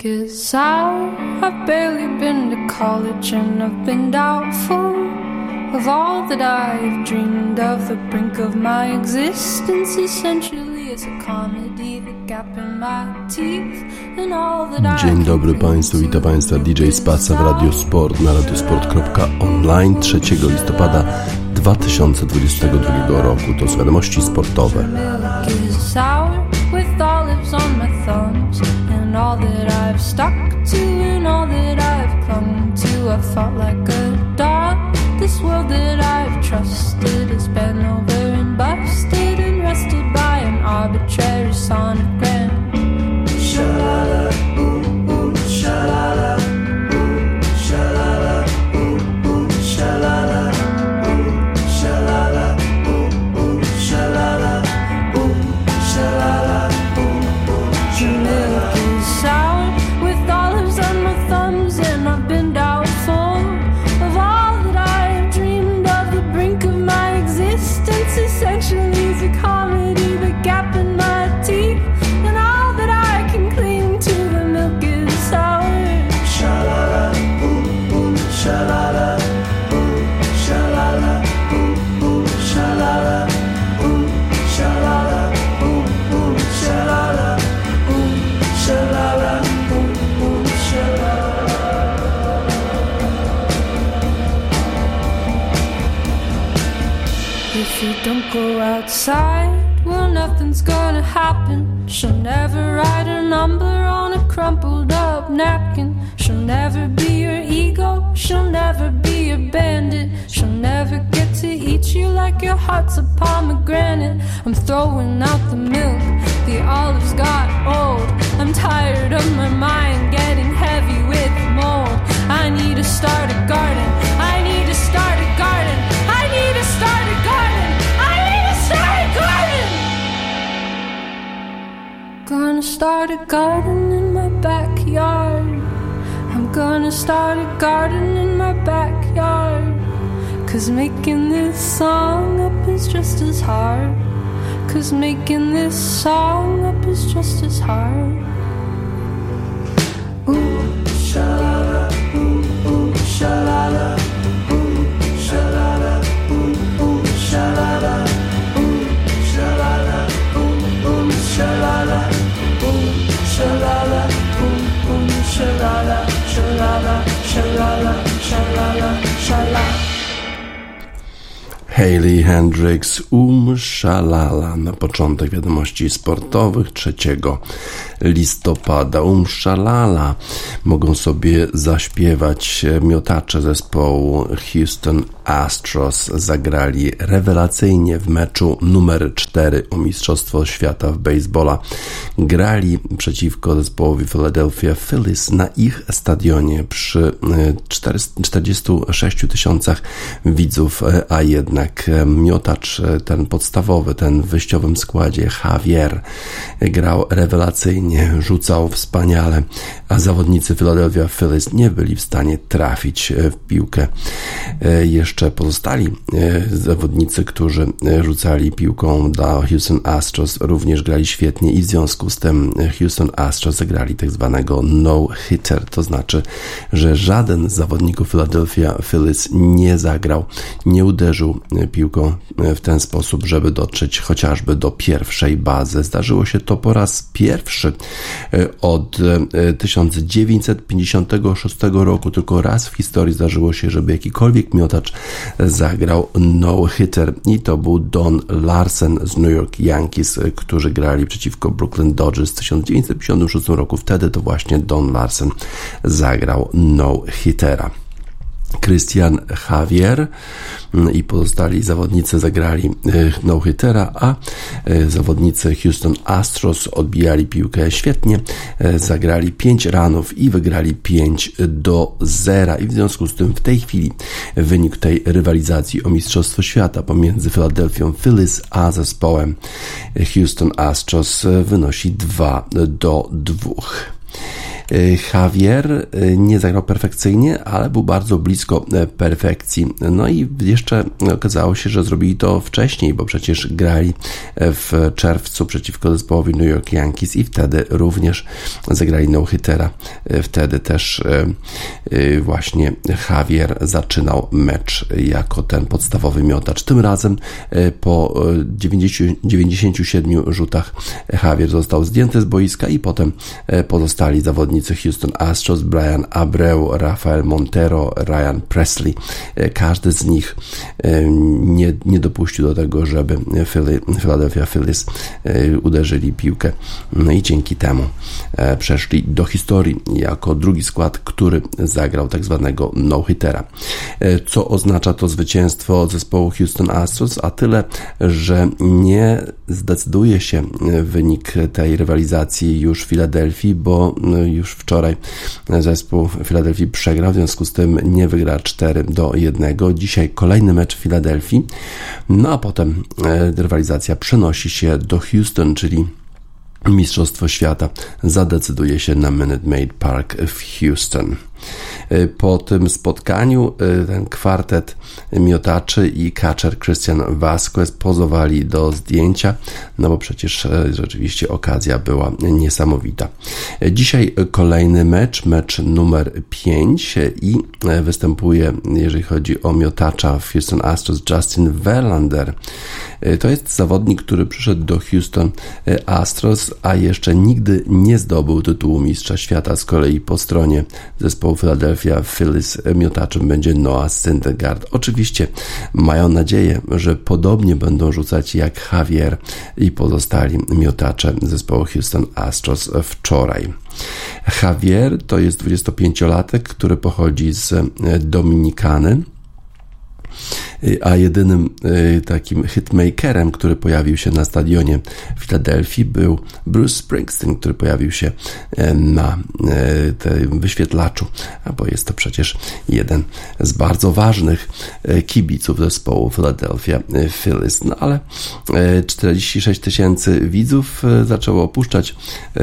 milk is sour. I've barely been to college and I've been doubtful of all that I've dreamed of. The brink of my existence essentially is a comedy. The gap in my teeth and all that I. Dzień dobry Państwu, witam Państwa DJ Spaca w Radio Sport na radiosport.online 3 listopada 2022 roku. To są wiadomości sportowe. With olives on my thumbs and all that I've stuck to and all that I've clung to. I've fought like a dog. This world that I've trusted has been over and busted and rested by an arbitrary sonogram. Sha-la-la, ooh, ooh, sha-la-la, ooh, sha-la-la, ooh, ooh, sha-la-la, ooh, sha-la-la, ooh, ooh, sha-la-la, ooh, sha-la-la. Your milk is sour with olives on my thumbs, and I've been doubtful of all that I've dreamed of. The brink of my existence essentially is a comedy. The gap in my teeth and all that I can cling to. The milk is sour. Sha-la-la, ooh, ooh, sha-la-la, ooh, sha-la-la, ooh, ooh, sha-la-la, ooh, sha-la-la, ooh, ooh, sha-la-la. Sha-la-la, ooh, ooh, sha-la-la. If you don't go outside, well, nothing's gonna happen. She'll never write her number on a crumpled up napkin. She'll never be your ego, she'll never be your bandit. She'll never get to eat you like your heart's a pomegranate. I'm throwing out the milk, the olives got old. I'm tired of my mind getting heavy with mold. I need to start a garden, I need to start a garden, I need to start a garden, I need to start a garden. Gonna start a garden in my backyard. I'm gonna start a garden in my backyard. 'Cause making this song up is just as hard. 'Cause making this song up is just as hard. Ooh, sha-la-la, ooh, ooh, sha-la-la, ooh, sha-la-la, ooh, ooh, sha-la-la, ooh, sha-la-la, ooh, ooh, sha-la-la, ooh, sha-la-la, ooh, ooh, sha-la-la, sha-la-la, sha-la-la, sha-la-la, sha-la. Hayley Hendrix, Sha-la-la na początek wiadomości sportowych 3 listopada. Sha-la-la mogą sobie zaśpiewać miotacze zespołu Houston Astros. Zagrali rewelacyjnie w meczu numer 4 o Mistrzostwo Świata w baseballa. Grali przeciwko zespołowi Philadelphia Phillies na ich stadionie przy 46 000 widzów, a jednak miotacz ten podstawowy, ten w wyjściowym składzie Javier grał rewelacyjnie, rzucał wspaniale, a zawodnicy Philadelphia Phillies nie byli w stanie trafić w piłkę. Jeszcze pozostali zawodnicy, którzy rzucali piłką dla Houston Astros, również grali świetnie i w związku z tym Houston Astros zagrali tak zwanego no-hitter, to znaczy, że żaden z zawodników Philadelphia Phillies nie zagrał, nie uderzył piłką w ten sposób, żeby dotrzeć chociażby do pierwszej bazy. Zdarzyło się to po raz pierwszy od 1956 roku. Tylko raz w historii zdarzyło się, żeby jakikolwiek miotacz zagrał no-hitter i to był Don Larsen z New York Yankees, którzy grali przeciwko Brooklyn Dodgers w 1956 roku. Wtedy to właśnie Don Larsen zagrał no-hittera. Christian Javier i pozostali zawodnicy zagrali no-hittera, a zawodnicy Houston Astros odbijali piłkę świetnie, zagrali 5 runów i wygrali 5-0 i w związku z tym w tej chwili wynik tej rywalizacji o Mistrzostwo Świata pomiędzy Philadelphia Phillies a zespołem Houston Astros wynosi 2-2. Javier nie zagrał perfekcyjnie, ale był bardzo blisko perfekcji. No i jeszcze okazało się, że zrobili to wcześniej, bo przecież grali w czerwcu przeciwko zespołowi New York Yankees i wtedy również zagrali no-hittera. Wtedy też właśnie Javier zaczynał mecz jako ten podstawowy miotacz. Tym razem po 97 rzutach Javier został zdjęty z boiska i potem pozostali zawodnicy Houston Astros, Brian Abreu, Rafael Montero, Ryan Presley. Każdy z nich nie dopuścił do tego, żeby Philadelphia Phillies uderzyli piłkę. No i dzięki temu przeszli do historii jako drugi skład, który zagrał tak zwanego no-hittera. Co oznacza to zwycięstwo zespołu Houston Astros? A tyle, że nie zdecyduje się wynik tej rywalizacji już w Filadelfii, bo już wczoraj zespół Filadelfii przegrał, w związku z tym nie wygra 4-1. Dzisiaj kolejny mecz w Filadelfii, no a potem rywalizacja przenosi się do Houston, czyli Mistrzostwo Świata zadecyduje się na Minute Maid Park w Houston. Po tym spotkaniu ten kwartet miotaczy i catcher Christian Vasquez pozowali do zdjęcia, no bo przecież rzeczywiście okazja była niesamowita. Dzisiaj kolejny mecz numer 5 i występuje, jeżeli chodzi o miotacza w Houston Astros, Justin Verlander. To jest zawodnik, który przyszedł do Houston Astros, a jeszcze nigdy nie zdobył tytułu mistrza świata. Z kolei po stronie zespołu Philadelphia Phillies miotaczem będzie Noah Syndergaard. Oczywiście mają nadzieję, że podobnie będą rzucać jak Javier i pozostali miotacze zespołu Houston Astros wczoraj. Javier to jest 25-latek, który pochodzi z Dominikany, a jedynym takim hitmakerem, który pojawił się na stadionie w Filadelfii, był Bruce Springsteen, który pojawił się na tym wyświetlaczu, bo jest to przecież jeden z bardzo ważnych kibiców zespołu Philadelphia Phillies. No ale 46 000 widzów zaczęło opuszczać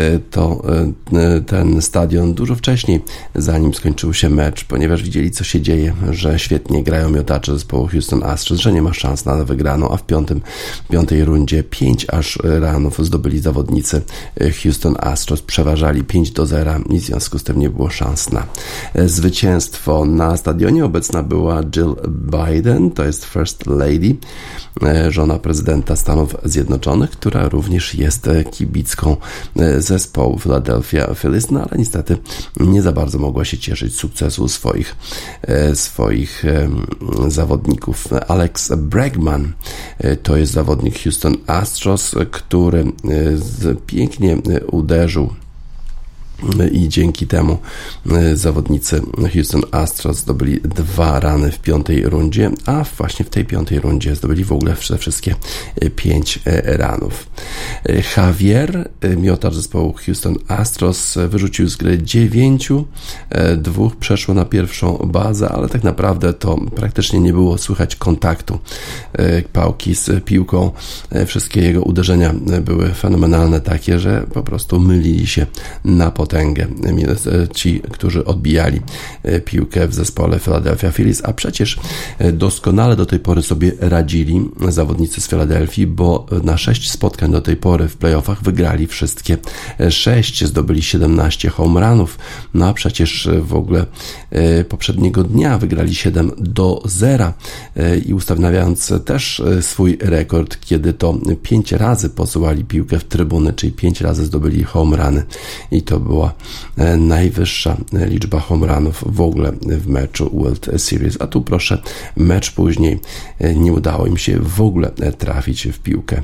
ten stadion dużo wcześniej, zanim skończył się mecz, ponieważ widzieli, co się dzieje, że świetnie grają miotacze zespołu Houston Astros, że nie ma szans na wygraną, a w piątej rundzie 5 aż ranów zdobyli zawodnicy Houston Astros, przeważali 5-0 i w związku z tym nie było szans na zwycięstwo. Na stadionie obecna była Jill Biden, to jest First Lady, żona prezydenta Stanów Zjednoczonych, która również jest kibicką zespołu Philadelphia Phillies, no ale niestety nie za bardzo mogła się cieszyć sukcesu swoich zawodników. Alex Bregman to jest zawodnik Houston Astros, który pięknie uderzył i dzięki temu zawodnicy Houston Astros zdobyli 2 rany w 5. rundzie, a właśnie w tej 5. rundzie zdobyli w ogóle wszystkie 5 ranów. Javier, miotacz zespołu Houston Astros, wyrzucił z gry 9, 2 przeszło na pierwszą bazę, ale tak naprawdę to praktycznie nie było słychać kontaktu pałki z piłką. Wszystkie jego uderzenia były fenomenalne, takie, że po prostu mylili się na potęgę ci, którzy odbijali piłkę w zespole Philadelphia Phillies, a przecież doskonale do tej pory sobie radzili zawodnicy z Filadelfii, bo na 6 spotkań do tej pory w playoffach wygrali wszystkie 6, zdobyli 17 home runów, no a przecież w ogóle poprzedniego dnia wygrali 7-0 i ustawiając też swój rekord, kiedy to 5 razy posyłali piłkę w trybuny, czyli 5 razy zdobyli home runy i to była najwyższa liczba home runów w ogóle w meczu World Series, a tu proszę, mecz później nie udało im się w ogóle trafić w piłkę.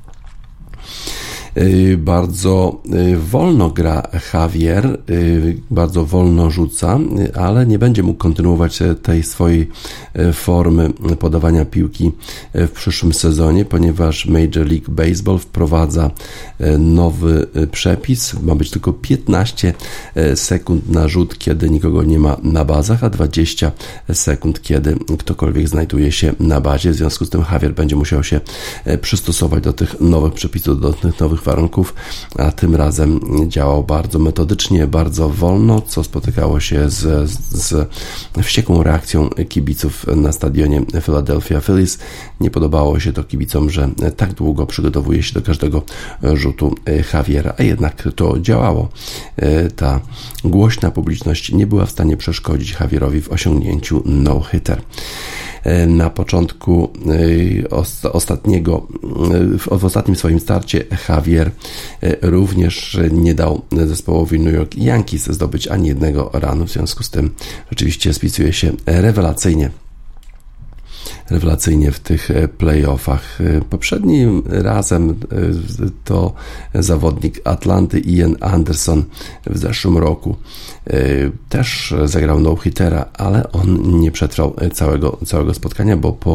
Bardzo wolno gra Javier, bardzo wolno rzuca, ale nie będzie mógł kontynuować tej swojej formy podawania piłki w przyszłym sezonie, ponieważ Major League Baseball wprowadza nowy przepis. Ma być tylko 15 sekund na rzut, kiedy nikogo nie ma na bazach, a 20 sekund, kiedy ktokolwiek znajduje się na bazie. W związku z tym Javier będzie musiał się przystosować do tych nowych przepisów, do tych nowych nowych warunków, a tym razem działał bardzo metodycznie, bardzo wolno, co spotykało się z wściekłą reakcją kibiców na stadionie Philadelphia Phillies. Nie podobało się to kibicom, że tak długo przygotowuje się do każdego rzutu Javiera, a jednak to działało. Ta głośna publiczność nie była w stanie przeszkodzić Javierowi w osiągnięciu no-hitter. Na początku w ostatnim swoim starcie Javier również nie dał zespołowi New York Yankees zdobyć ani jednego runu, w związku z tym rzeczywiście spisuje się rewelacyjnie w tych playoffach. Poprzednim razem to zawodnik Atlanty Ian Anderson w zeszłym roku też zagrał no-hittera, ale on nie przetrwał całego spotkania, bo po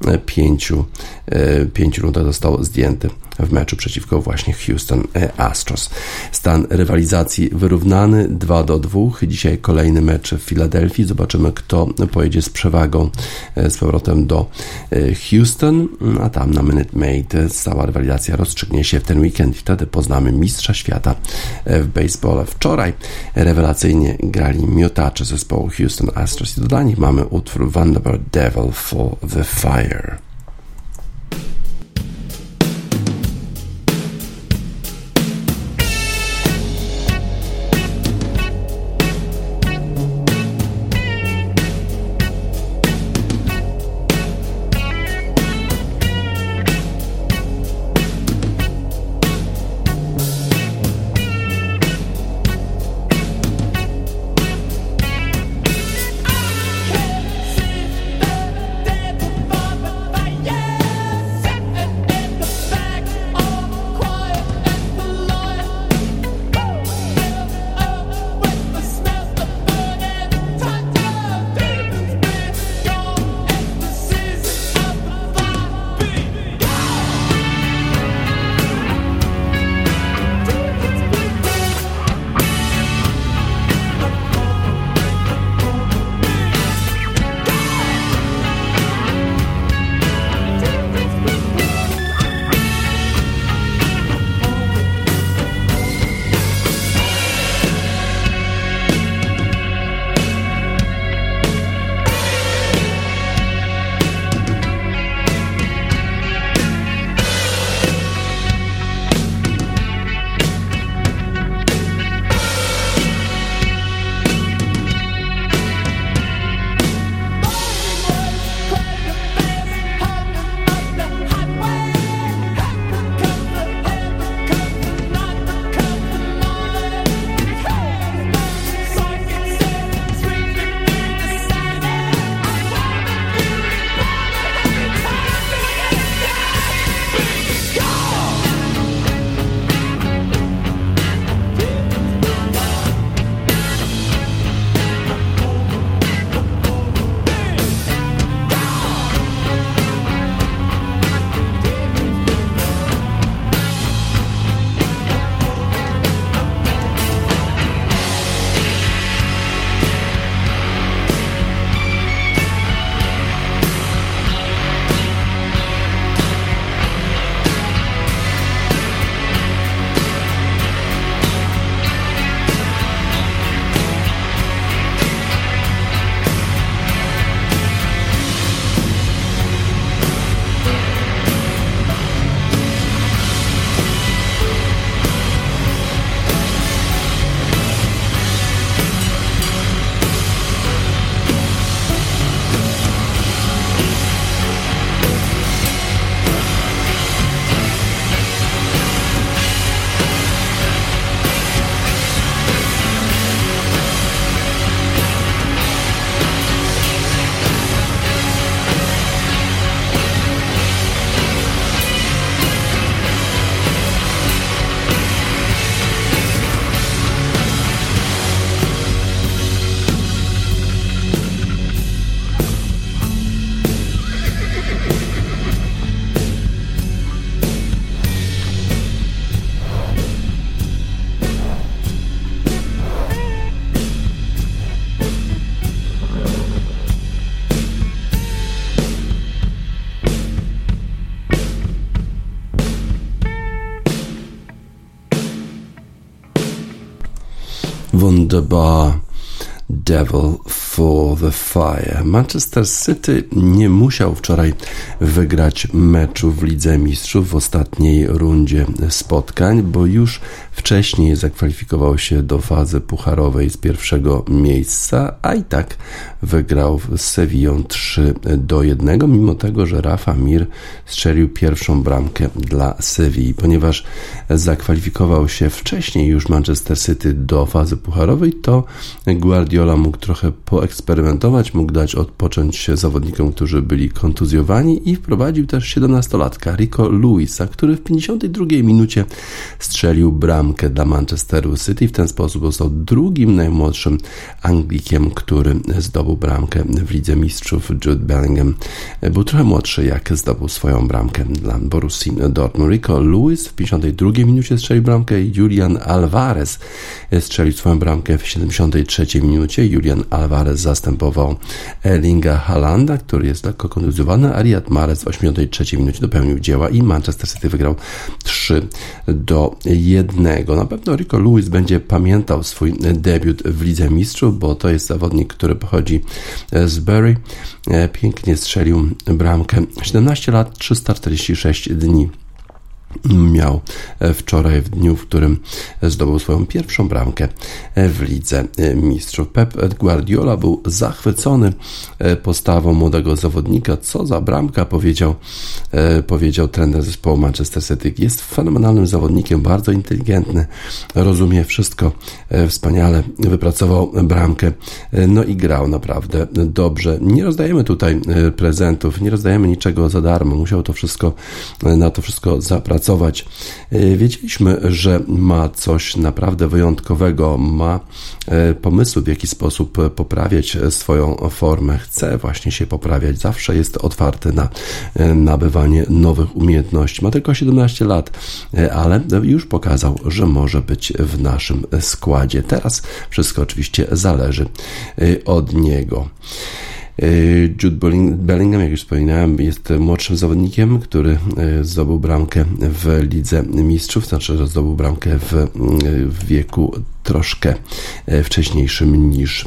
pięciu rundach został zdjęty w meczu przeciwko właśnie Houston Astros. Stan rywalizacji wyrównany 2-2. Dzisiaj kolejny mecz w Filadelfii. Zobaczymy, kto pojedzie z przewagą z powrotem do Houston, a tam na Minute Maid cała rywalizacja rozstrzygnie się w ten weekend i wtedy poznamy mistrza świata w baseballa. Wczoraj rewelacyjnie grali miotacze zespołu Houston Astros i dla nich mamy utwór Vanderbilt Devil for the Fire. Fire. Wunderbar. Devil for the Fire. Manchester City nie musiał wczoraj wygrać meczu w Lidze Mistrzów w ostatniej rundzie spotkań, bo już wcześniej zakwalifikował się do fazy pucharowej z pierwszego miejsca, a i tak wygrał z Sevillą 3-1, mimo tego, że Rafa Mir strzelił pierwszą bramkę dla Sewilli. Ponieważ zakwalifikował się wcześniej już Manchester City do fazy pucharowej, to Guardiola mógł trochę poeksperymentować, mógł dać odpocząć zawodnikom, którzy byli kontuzjowani i wprowadził też 17-latka Rico Lewisa, który w 52 minucie strzelił bramkę dla Manchesteru City. W ten sposób został drugim najmłodszym Anglikiem, który zdobył bramkę w Lidze Mistrzów. Jude Bellingham był trochę młodszy, jak zdobył swoją bramkę dla Borussii Dortmund. Rico Lewis w 52 minucie strzelił bramkę i Julian Alvarez strzelił swoją bramkę w 73 minucie. Julian Alvarez zastępował Erlinga Haalanda, który jest lekko kontuzjowany, a Riyad Mahrez w 83 minucie dopełnił dzieła i Manchester City wygrał 3-1. Na pewno Rico Lewis będzie pamiętał swój debiut w Lidze Mistrzów, bo to jest zawodnik, który pochodzi z Bury. Pięknie strzelił bramkę. 17 lat, 346 dni miał wczoraj, w dniu, w którym zdobył swoją pierwszą bramkę w Lidze Mistrzów. Pep Guardiola był zachwycony postawą młodego zawodnika. Co za bramka, powiedział trener zespołu Manchester City. Jest fenomenalnym zawodnikiem, bardzo inteligentny, rozumie wszystko wspaniale, wypracował bramkę, no i grał naprawdę dobrze. Nie rozdajemy tutaj prezentów, nie rozdajemy niczego za darmo. Musiał na to wszystko zapracować. Wiedzieliśmy, że ma coś naprawdę wyjątkowego, ma pomysły, w jaki sposób poprawiać swoją formę, chce właśnie się poprawiać, zawsze jest otwarty na nabywanie nowych umiejętności. Ma tylko 17 lat, ale już pokazał, że może być w naszym składzie. Teraz wszystko oczywiście zależy od niego. Jude Bellingham, jak już wspominałem, jest młodszym zawodnikiem, który zdobył bramkę w Lidze Mistrzów, znaczy, że zdobył bramkę w wieku troszkę wcześniejszym niż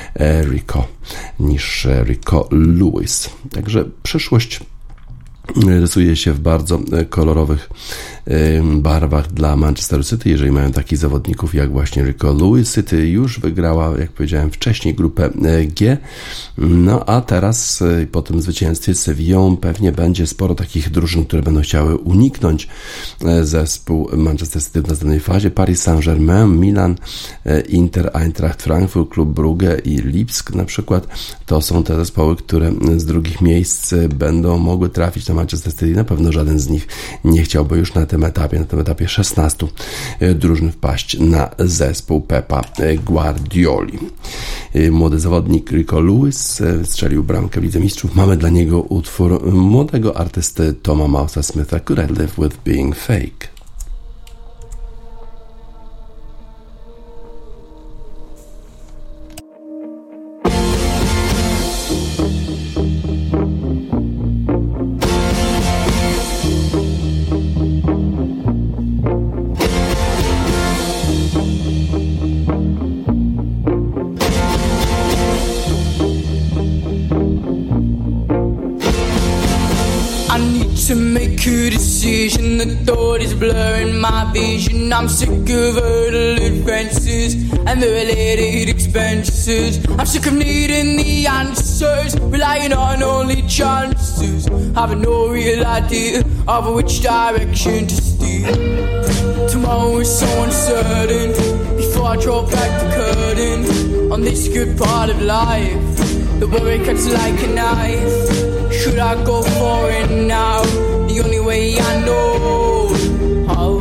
Rico Lewis. Także przyszłość rysuje się w bardzo kolorowych barwach dla Manchester City, jeżeli mają takich zawodników jak właśnie Rico Lewis. City już wygrała, jak powiedziałem wcześniej, grupę G, no a teraz po tym zwycięstwie z Sevillą pewnie będzie sporo takich drużyn, które będą chciały uniknąć zespół Manchester City w następnej fazie. Paris Saint-Germain, Milan, Inter, Eintracht Frankfurt, Klub Brugge i Lipsk na przykład. To są te zespoły, które z drugich miejsc będą mogły trafić do Manchester City. Na pewno żaden z nich nie chciałby już na tym etapie 16 drużyn wpaść na zespół Pepa Guardioli. Młody zawodnik Rico Lewis strzelił bramkę w Lidze Mistrzów. Mamy dla niego utwór młodego artysty Toma Mouse'a Smitha, Could I Live With Being Fake. To make a decision, the thought is blurring my vision. I'm sick of hurdling fences and the related expenses. I'm sick of needing the answers, relying on only chances, having no real idea of which direction to steer. Tomorrow is so uncertain, before I draw back the curtain on this good part of life. The worry cuts like a knife. Should I go for it now? The only way I know how.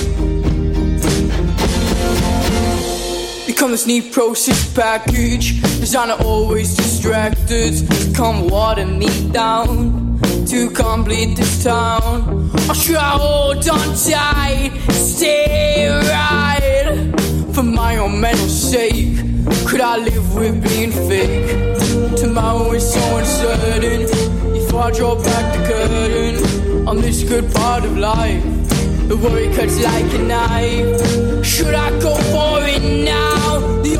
Become this neat process package, designer always distracted. Come water me down to complete this town. Or should I hold on tight, stay right for my own mental sake? Could I live with being fake? Tomorrow is so uncertain, before I draw back the curtain on this good part of life. The worry cuts like a knife. Should I go for it now? The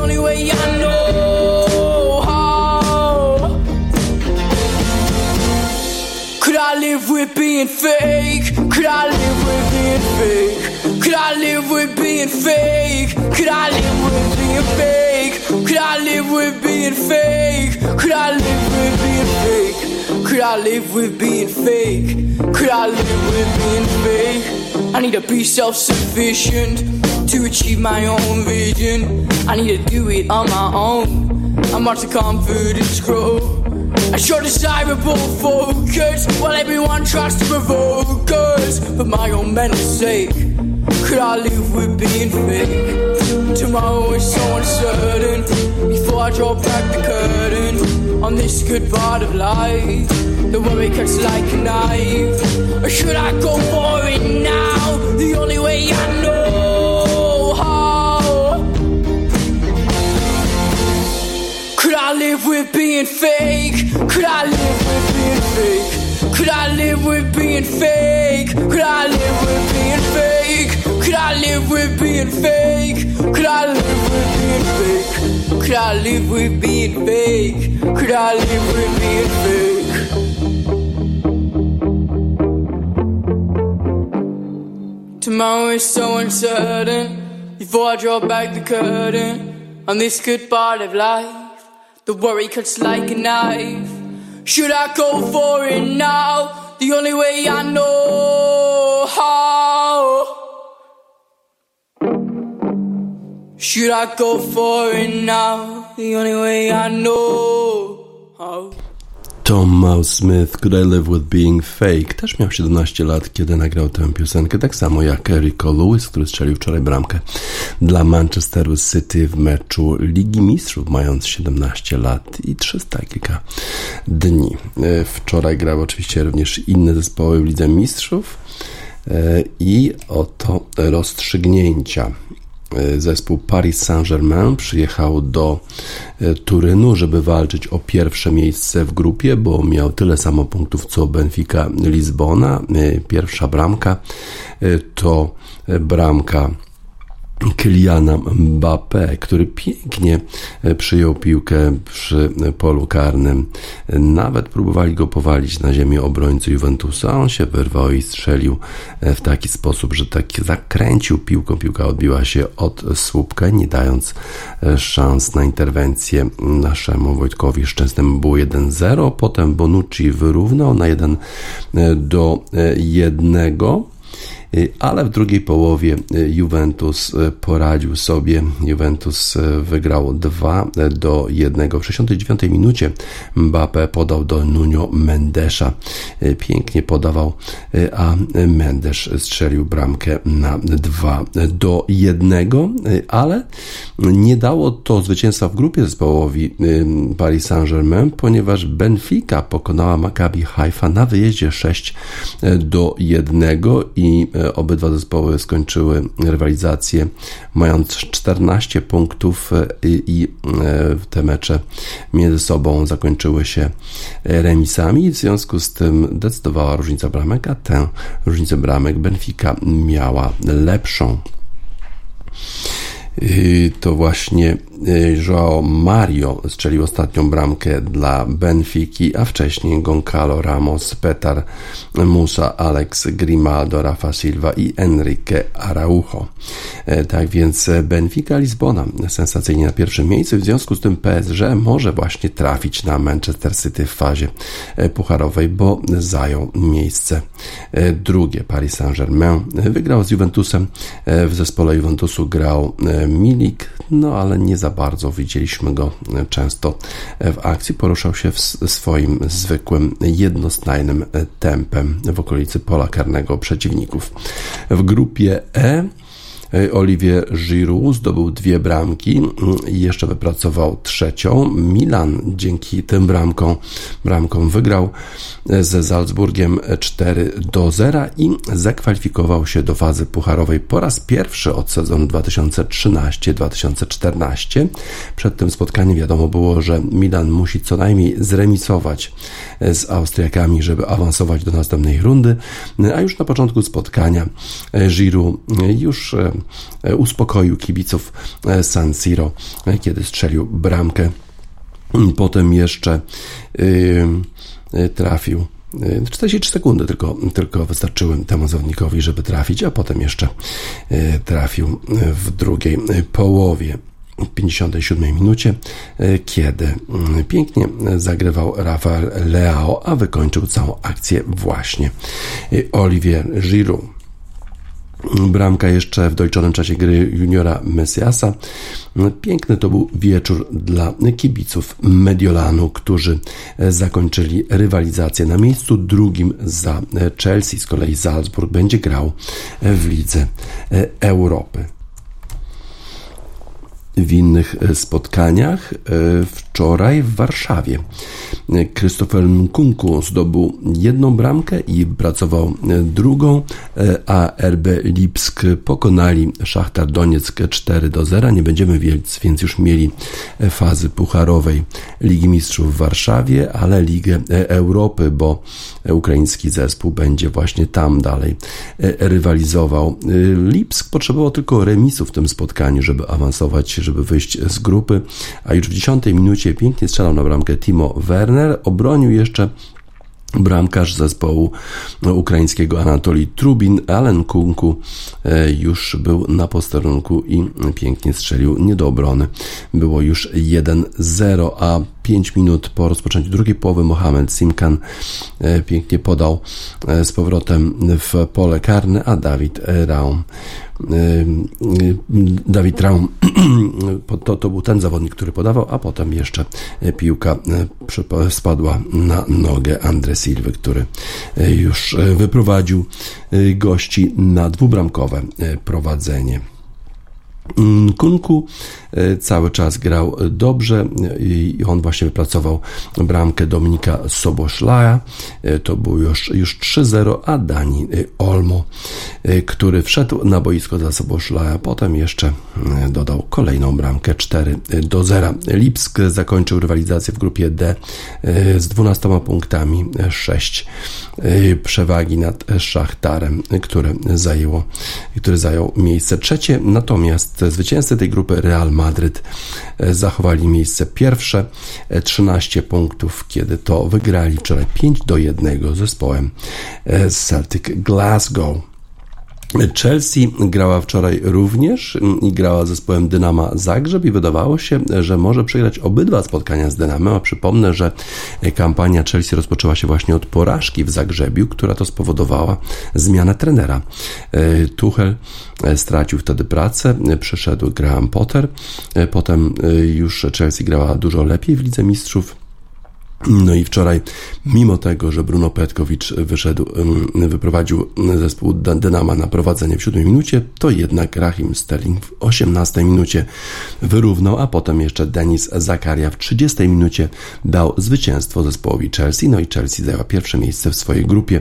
with being fake? Could I live with being fake? Could I live with being fake? Could I live with being fake? Could I live with being fake? Could I live with being fake? Could I live with being fake? Could I live with being fake? I need to be self-sufficient to achieve my own vision. I need to do it on my own. I watch the confidence grow. I show desirable focus while everyone tries to provoke us. For my own mental sake, could I live with being fake? Tomorrow is so uncertain. Before I draw back the curtain on this good part of life, the worry cuts like a knife. Or should I go for it now? The only way I know how. Could I live with being fake? Could I live with being fake? Could I live with being fake? Could I live with being fake? Could I live with being fake? Could I live with being fake? Could I live with being fake? Could I live with being fake? Tomorrow is so uncertain. Before I draw back the curtain on this good part of life, the worry cuts like a knife. Should I go for it now? The only way I know how. Should I go for it now? The only way I know how. Tom Smith, Could I Live With Being Fake, też miał 17 lat, kiedy nagrał tę piosenkę, tak samo jak Rico Lewis, który strzelił wczoraj bramkę dla Manchesteru City w meczu Ligi Mistrzów, mając 17 lat i 300 kilka dni. Wczoraj grały oczywiście również inne zespoły w Lidze Mistrzów i oto rozstrzygnięcia. Zespół Paris Saint-Germain przyjechał do Turynu, żeby walczyć o pierwsze miejsce w grupie, bo miał tyle samo punktów co Benfica Lizbona. Pierwsza bramka to bramka Kyliana Mbappé, który pięknie przyjął piłkę przy polu karnym. Nawet próbowali go powalić na ziemię obrońcy Juventusa, a on się wyrwał i strzelił w taki sposób, że tak zakręcił piłką. Piłka odbiła się od słupka, nie dając szans na interwencję naszemu Wojtkowi Szczęsnemu. Było 1-0, potem Bonucci wyrównał na 1-1, ale w drugiej połowie Juventus poradził sobie. Juventus wygrał 2-1. W 69 minucie Mbappé podał do Nuno Mendesza. Pięknie podawał, a Mendes strzelił bramkę na 2-1, ale nie dało to zwycięstwa w grupie zespołowi Paris Saint-Germain, ponieważ Benfica pokonała Maccabi Haifa na wyjeździe 6-1 i obydwa zespoły skończyły rywalizację mając 14 punktów i te mecze między sobą zakończyły się remisami. W związku z tym decydowała różnica bramek, a tę różnicę bramek Benfica miała lepszą. To właśnie João Mario strzelił ostatnią bramkę dla Benfiki, a wcześniej Goncalo Ramos, Petar Musa, Alex Grimaldo, Rafa Silva i Enrique Araujo. Tak więc Benfica Lizbona sensacyjnie na pierwszym miejscu, w związku z tym PSG może właśnie trafić na Manchester City w fazie pucharowej, bo zajął miejsce drugie. Paris Saint-Germain wygrał z Juventusem, w zespole Juventusu grał Milik, no ale nie za bardzo widzieliśmy go często w akcji. Poruszał się w swoim zwykłym, jednostajnym tempem w okolicy pola karnego przeciwników. W grupie E Olivier Giroud zdobył 2 bramki i jeszcze wypracował trzecią. Milan dzięki tym bramkom wygrał ze Salzburgiem 4-0 i zakwalifikował się do fazy pucharowej po raz pierwszy od sezonu 2013-2014. Przed tym spotkaniem wiadomo było, że Milan musi co najmniej zremisować z Austriakami, żeby awansować do następnej rundy, a już na początku spotkania Giroud już uspokoił kibiców San Siro, kiedy strzelił bramkę. Potem jeszcze trafił 43 sekundy tylko wystarczyły temu zawodnikowi, żeby trafić, a potem jeszcze trafił w drugiej połowie. W 57 minucie, kiedy pięknie zagrywał Rafael Leao, a wykończył całą akcję właśnie Olivier Giroud. Bramka jeszcze w doliczonym czasie gry juniora Messiasa. Piękny to był wieczór dla kibiców Mediolanu, którzy zakończyli rywalizację na miejscu drugim za Chelsea. Z kolei Salzburg będzie grał w Lidze Europy. W innych spotkaniach wczoraj w Warszawie Christopher Nkunku zdobył jedną bramkę i pracował drugą, a RB Lipsk pokonali Szachtar Donieck 4-0. Nie będziemy więc już mieli fazy pucharowej Ligi Mistrzów w Warszawie, ale Ligę Europy, bo ukraiński zespół będzie właśnie tam dalej rywalizował. Lipsk potrzebował tylko remisu w tym spotkaniu, żeby awansować, żeby wyjść z grupy, a już w 10 minucie pięknie strzelał na bramkę Timo Werner, obronił jeszcze bramkarz zespołu ukraińskiego Anatolij Trubin, ale Nkunku już był na posterunku i pięknie strzelił nie do obrony. Było już 1-0, a 5 minut po rozpoczęciu drugiej połowy Mohamed Simkan pięknie podał z powrotem w pole karne, a Dawid Raum to był ten zawodnik, który podawał, a potem jeszcze piłka spadła na nogę Andre Silwy, który już wyprowadził gości na dwubramkowe prowadzenie. Nkunku cały czas grał dobrze i on właśnie wypracował bramkę Dominika Soboszlaja. To było już 3-0, a Dani Olmo, który wszedł na boisko dla Soboszlaja, potem jeszcze dodał kolejną bramkę 4-0. Lipsk zakończył rywalizację w grupie D z 12 punktami, 6 przewagi nad Szachtarem, który zajął miejsce trzecie, natomiast zwycięzcy tej grupy Real Madryt zachowali miejsce pierwsze, 13 punktów, kiedy to wygrali wczoraj 5-1 z zespołem Celtic Glasgow. Chelsea grała wczoraj również i grała z zespołem Dynama Zagrzeb i wydawało się, że może przegrać obydwa spotkania z Dynamem, a przypomnę, że kampania Chelsea rozpoczęła się właśnie od porażki w Zagrzebiu, która to spowodowała zmianę trenera. Tuchel stracił wtedy pracę, przyszedł Graham Potter, potem już Chelsea grała dużo lepiej w Lidze Mistrzów. No i wczoraj, mimo tego, że Bruno Petkowicz wyprowadził zespół Dynama na prowadzenie w 7 minucie, to jednak Raheem Sterling w 18 minucie wyrównał, a potem jeszcze Denis Zakaria w 30 minucie dał zwycięstwo zespołowi Chelsea. No i Chelsea zajęła pierwsze miejsce w swojej grupie.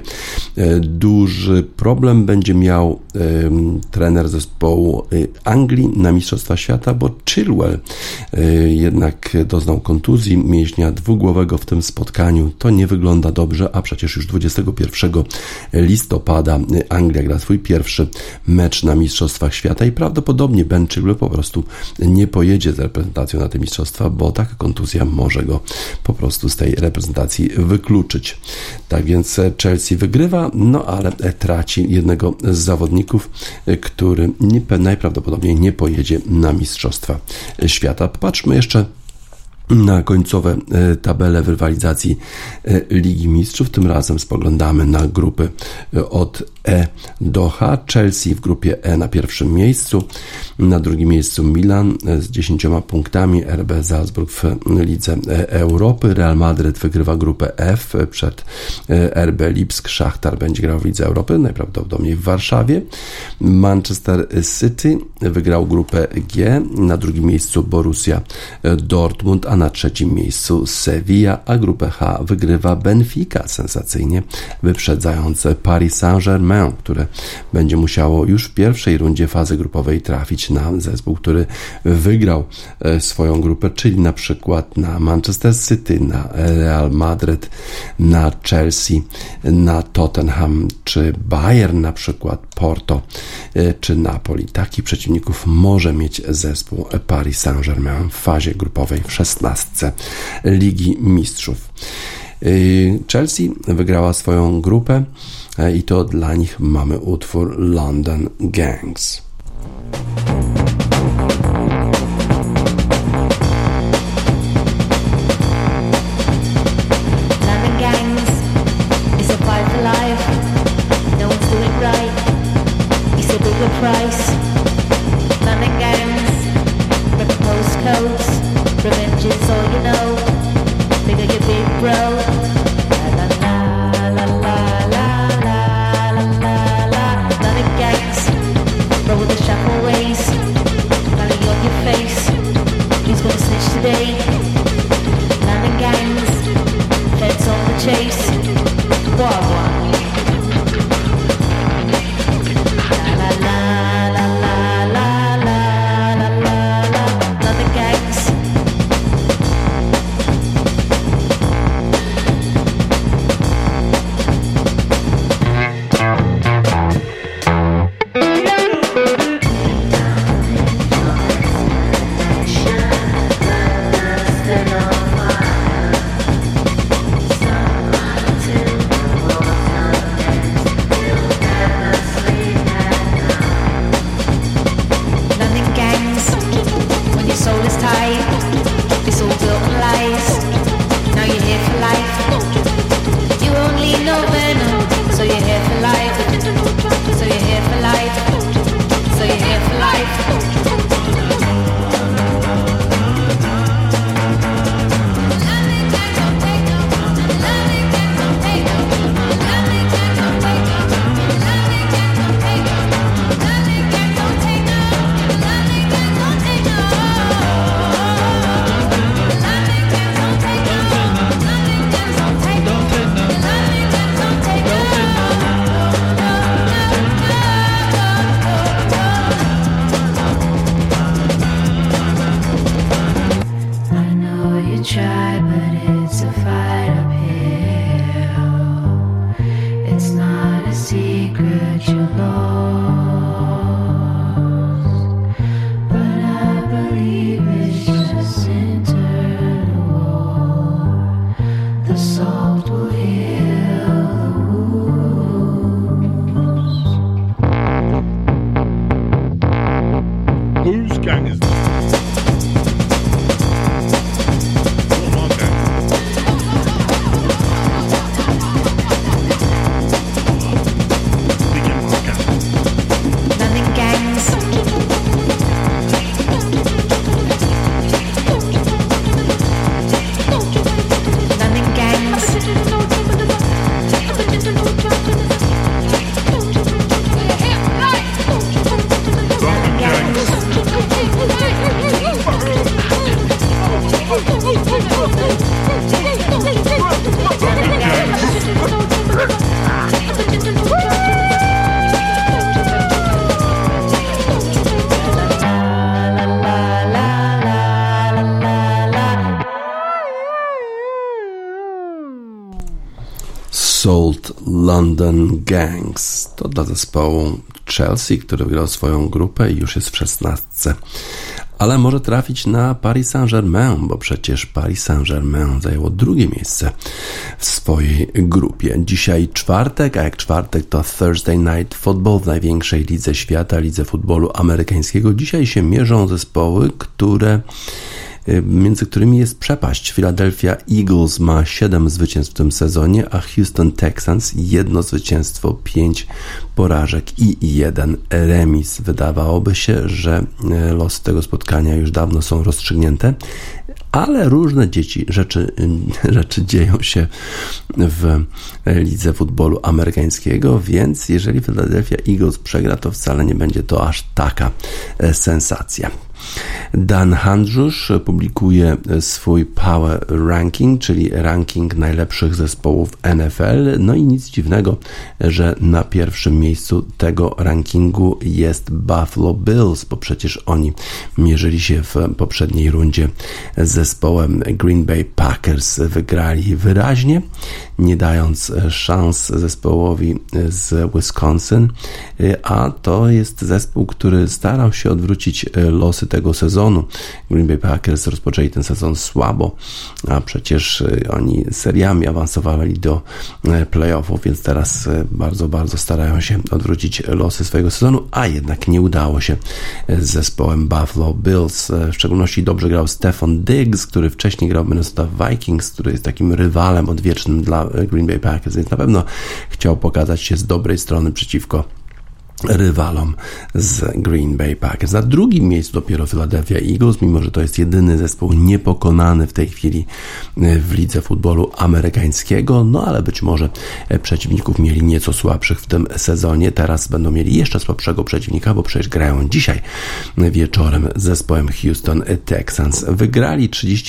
Duży problem będzie miał trener zespołu Anglii na Mistrzostwa Świata, bo Chilwell jednak doznał kontuzji mięśnia dwugłowego w tym spotkaniu. To nie wygląda dobrze, a przecież już 21 listopada Anglia gra swój pierwszy mecz na Mistrzostwach Świata i prawdopodobnie Ben Chilwell po prostu nie pojedzie z reprezentacją na te mistrzostwa, bo taka kontuzja może go po prostu z tej reprezentacji wykluczyć. Tak więc Chelsea wygrywa, no ale traci jednego z zawodników, który najprawdopodobniej nie pojedzie na Mistrzostwa Świata. Popatrzmy jeszcze na końcowe tabele w rywalizacji Ligi Mistrzów. Tym razem spoglądamy na grupy od E do H. Chelsea w grupie E na pierwszym miejscu, na drugim miejscu Milan z 10 punktami, RB Salzburg w Lidze Europy, Real Madryt wygrywa grupę F przed RB Lipsk, Szachtar będzie grał w Lidze Europy, najprawdopodobniej w Warszawie. Manchester City wygrał grupę G, na drugim miejscu Borussia Dortmund, a na trzecim miejscu Sevilla, a grupę H wygrywa Benfica sensacyjnie, wyprzedzając Paris Saint-Germain, które będzie musiało już w pierwszej rundzie fazy grupowej trafić na zespół, który wygrał swoją grupę, czyli na przykład na Manchester City, na Real Madryt, na Chelsea, na Tottenham, czy Bayern na przykład, Porto, czy Napoli. Takich przeciwników może mieć zespół Paris Saint-Germain w fazie grupowej w 16 Ligi Mistrzów. Chelsea wygrała swoją grupę i to dla nich mamy utwór London Gangs. Salt London Gangs. To dla zespołu Chelsea, który wygrał swoją grupę i już jest w 16. Ale może trafić na Paris Saint-Germain, bo przecież Paris Saint-Germain zajęło drugie miejsce w swojej grupie. Dzisiaj czwartek, a jak czwartek to Thursday Night Football w największej lidze świata, lidze futbolu amerykańskiego. Dzisiaj się mierzą zespoły, między którymi jest przepaść. Philadelphia Eagles ma 7 zwycięstw w tym sezonie, a Houston Texans 1 zwycięstwo, 5 porażek i 1 remis. Wydawałoby się, że losy tego spotkania już dawno są rozstrzygnięte, ale różne rzeczy dzieją się w lidze futbolu amerykańskiego, więc jeżeli Philadelphia Eagles przegra, to wcale nie będzie to aż taka sensacja. Dan Handrzusz publikuje swój Power Ranking, czyli ranking najlepszych zespołów NFL. No i nic dziwnego, że na pierwszym miejscu tego rankingu jest Buffalo Bills, bo przecież oni mierzyli się w poprzedniej rundzie z zespołem Green Bay Packers. Wygrali wyraźnie, nie dając szans zespołowi z Wisconsin, a to jest zespół, który starał się odwrócić losy tego sezonu. Green Bay Packers rozpoczęli ten sezon słabo, a przecież oni seriami awansowali do playoffów, więc teraz bardzo, bardzo starają się odwrócić losy swojego sezonu, a jednak nie udało się z zespołem Buffalo Bills. W szczególności dobrze grał Stephon Diggs, który wcześniej grał w Minnesota Vikings, który jest takim rywalem odwiecznym dla Green Bay Packers, więc na pewno chciał pokazać się z dobrej strony przeciwko rywalom z Green Bay Packers. Na drugim miejscu dopiero Philadelphia Eagles, mimo że to jest jedyny zespół niepokonany w tej chwili w lidze futbolu amerykańskiego, no ale być może przeciwników mieli nieco słabszych w tym sezonie. Teraz będą mieli jeszcze słabszego przeciwnika, bo przecież grają dzisiaj wieczorem z zespołem Houston Texans. Wygrali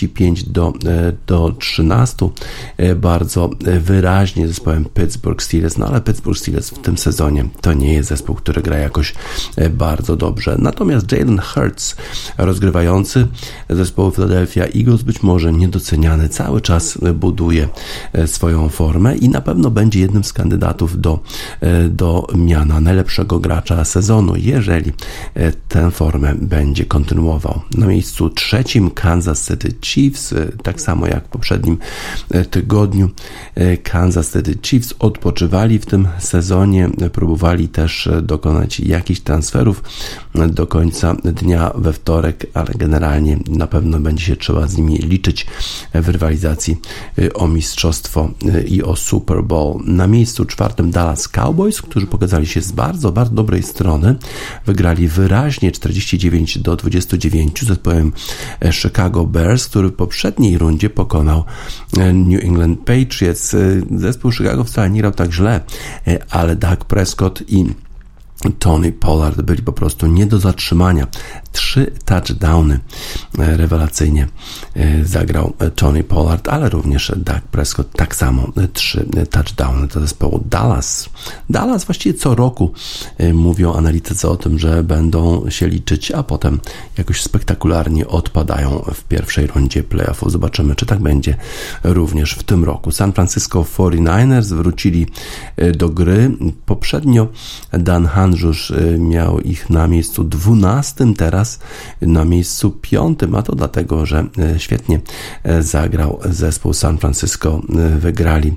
35-13 bardzo wyraźnie zespołem Pittsburgh Steelers, no ale Pittsburgh Steelers w tym sezonie to nie jest zespół, który gra jakoś bardzo dobrze. Natomiast Jalen Hurts, rozgrywający zespołu Philadelphia Eagles, być może niedoceniany, cały czas buduje swoją formę i na pewno będzie jednym z kandydatów do miana najlepszego gracza sezonu, jeżeli tę formę będzie kontynuował. Na miejscu trzecim Kansas City Chiefs, tak samo jak w poprzednim tygodniu. Kansas City Chiefs odpoczywali w tym sezonie, próbowali też dokonać jakichś transferów do końca dnia we wtorek, ale generalnie na pewno będzie się trzeba z nimi liczyć w rywalizacji o mistrzostwo i o Super Bowl. Na miejscu czwartym Dallas Cowboys, którzy pokazali się z bardzo, bardzo dobrej strony. Wygrali wyraźnie 49-29 z zespołem Chicago Bears, który w poprzedniej rundzie pokonał New England Patriots. Zespół Chicago wcale nie grał tak źle, ale Dak Prescott i Tony Pollard byli po prostu nie do zatrzymania. 3 touchdowny rewelacyjnie zagrał Tony Pollard, ale również Dak Prescott tak samo 3 touchdowny do zespołu Dallas. Dallas właściwie co roku mówią analitycy o tym, że będą się liczyć, a potem jakoś spektakularnie odpadają w pierwszej rundzie playoffów. Zobaczymy, czy tak będzie również w tym roku. San Francisco 49ers wrócili do gry. Poprzednio Dan Handrzusz miał ich na miejscu 12, teraz na miejscu 5, a to dlatego, że świetnie zagrał zespół San Francisco. Wygrali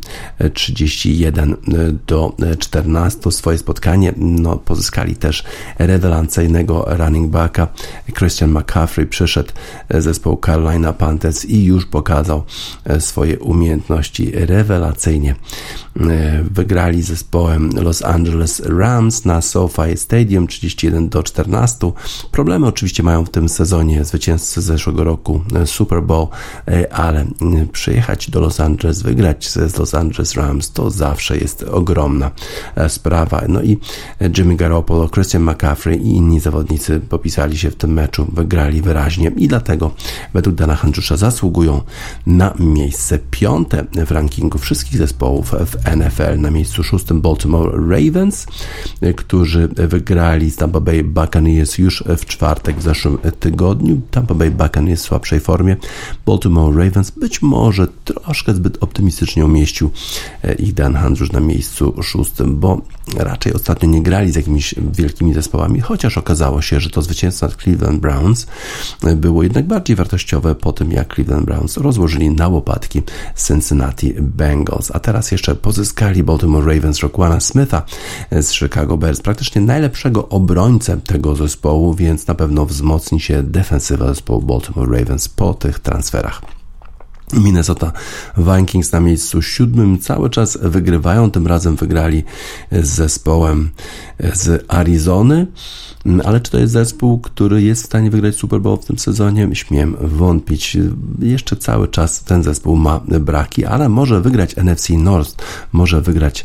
31-14 swoje spotkanie. No, pozyskali też rewelacyjnego running backa. Christian McCaffrey przyszedł zespoł Carolina Panthers i już pokazał swoje umiejętności rewelacyjnie. Wygrali zespołem Los Angeles Rams na SoFi Stadium 31-14. Problemy oczywiście mają w tym sezonie zwycięzcy zeszłego roku Super Bowl, ale przyjechać do Los Angeles, wygrać z Los Angeles Rams to zawsze jest ogromna sprawa. No i Jimmy Garoppolo, Christian McCaffrey i inni zawodnicy popisali się w tym meczu, wygrali wyraźnie i dlatego według Dana Handrzusza zasługują na miejsce 5 w rankingu wszystkich zespołów w NFL. Na miejscu 6 Baltimore Ravens, którzy wygrali z Tampa Bay Buccaneers już w czwartek w zeszłym tygodniu. Tampa Bay Buccaneers w słabszej formie. Baltimore Ravens być może troszkę zbyt optymistycznie umieścił ich Dan Handrzusz na miejscu 6, bo raczej ostatnio nie grali z jakimiś wielkimi zespołami, chociaż okazało się, że to zwycięstwo nad Cleveland Browns było jednak bardziej wartościowe po tym, jak Cleveland Browns rozłożyli na łopatki Cincinnati Bengals. A teraz jeszcze pozyskali Baltimore Ravens Roquana Smitha z Chicago Bears, praktycznie najlepszego obrońcę tego zespołu, więc na pewno wzmocni się defensywa zespołu Baltimore Ravens po tych transferach. Minnesota Vikings na miejscu 7 cały czas wygrywają, tym razem wygrali z zespołem z Arizony, ale czy to jest zespół, który jest w stanie wygrać Super Bowl w tym sezonie? Śmiem wątpić. Jeszcze cały czas ten zespół ma braki, ale może wygrać NFC North, może wygrać,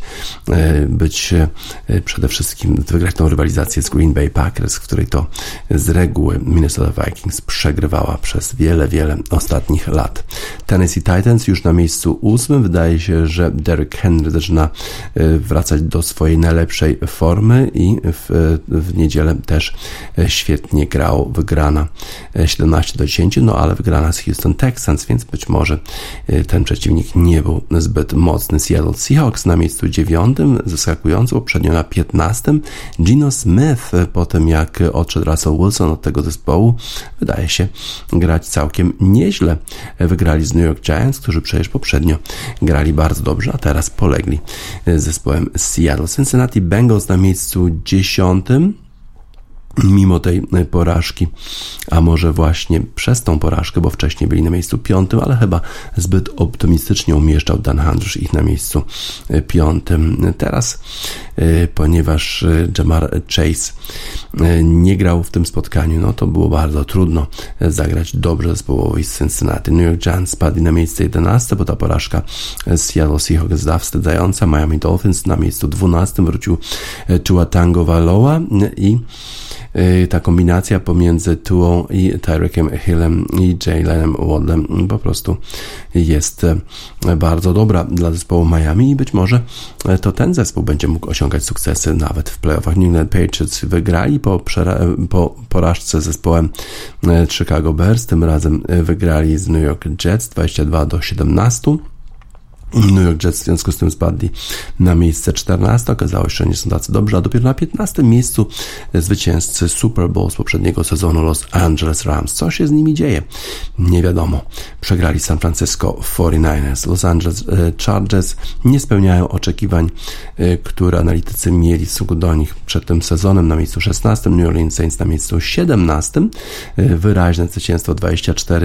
przede wszystkim wygrać tą rywalizację z Green Bay Packers, w której to z reguły Minnesota Vikings przegrywała przez wiele ostatnich lat. Tennessee Titans już na miejscu 8. Wydaje się, że Derrick Henry zaczyna wracać do swojej najlepszej formy i w niedzielę też świetnie grał. Wygrana 17-10, no ale wygrana z Houston Texans, więc być może ten przeciwnik nie był zbyt mocny. Seattle Seahawks na miejscu 9, zaskakująco poprzednio na 15. Geno Smith po tym jak odszedł Russell Wilson od tego zespołu wydaje się grać całkiem nieźle. Wygrali z New York Giants, którzy przecież poprzednio grali bardzo dobrze, a teraz polegli z zespołem Seattle. Cincinnati Bengals na miejscu 10. Mimo tej porażki, a może właśnie przez tą porażkę, bo wcześniej byli na miejscu 5, ale chyba zbyt optymistycznie umieszczał Dan Handrusz ich na miejscu 5. Teraz, ponieważ Jamar Chase nie grał w tym spotkaniu, no to było bardzo trudno zagrać dobrze zespołowi z Cincinnati. New York Giants spadli na miejsce 11, bo ta porażka z Seattle Seahawks jest zawstydzająca. Miami Dolphins na miejscu 12 wrócił Tua Tagovailoa i ta kombinacja pomiędzy Tuą i Tyreekiem Hillem i Jaylenem Waddlem po prostu jest bardzo dobra dla zespołu Miami i być może to ten zespół będzie mógł osiągać sukcesy nawet w playoffach. New England Patriots wygrali po porażce z zespołem Chicago Bears, tym razem wygrali z New York Jets 22-17. New York Jets w związku z tym spadli na miejsce 14. Okazało się, że nie są tacy dobrzy, a dopiero na 15. miejscu zwycięzcy Super Bowl z poprzedniego sezonu Los Angeles Rams. Co się z nimi dzieje? Nie wiadomo. Przegrali San Francisco 49ers. Los Angeles Chargers nie spełniają oczekiwań, które analitycy mieli w stosunku do nich przed tym sezonem. Na miejscu 16. New Orleans Saints na miejscu 17. Wyraźne zwycięstwo 24-0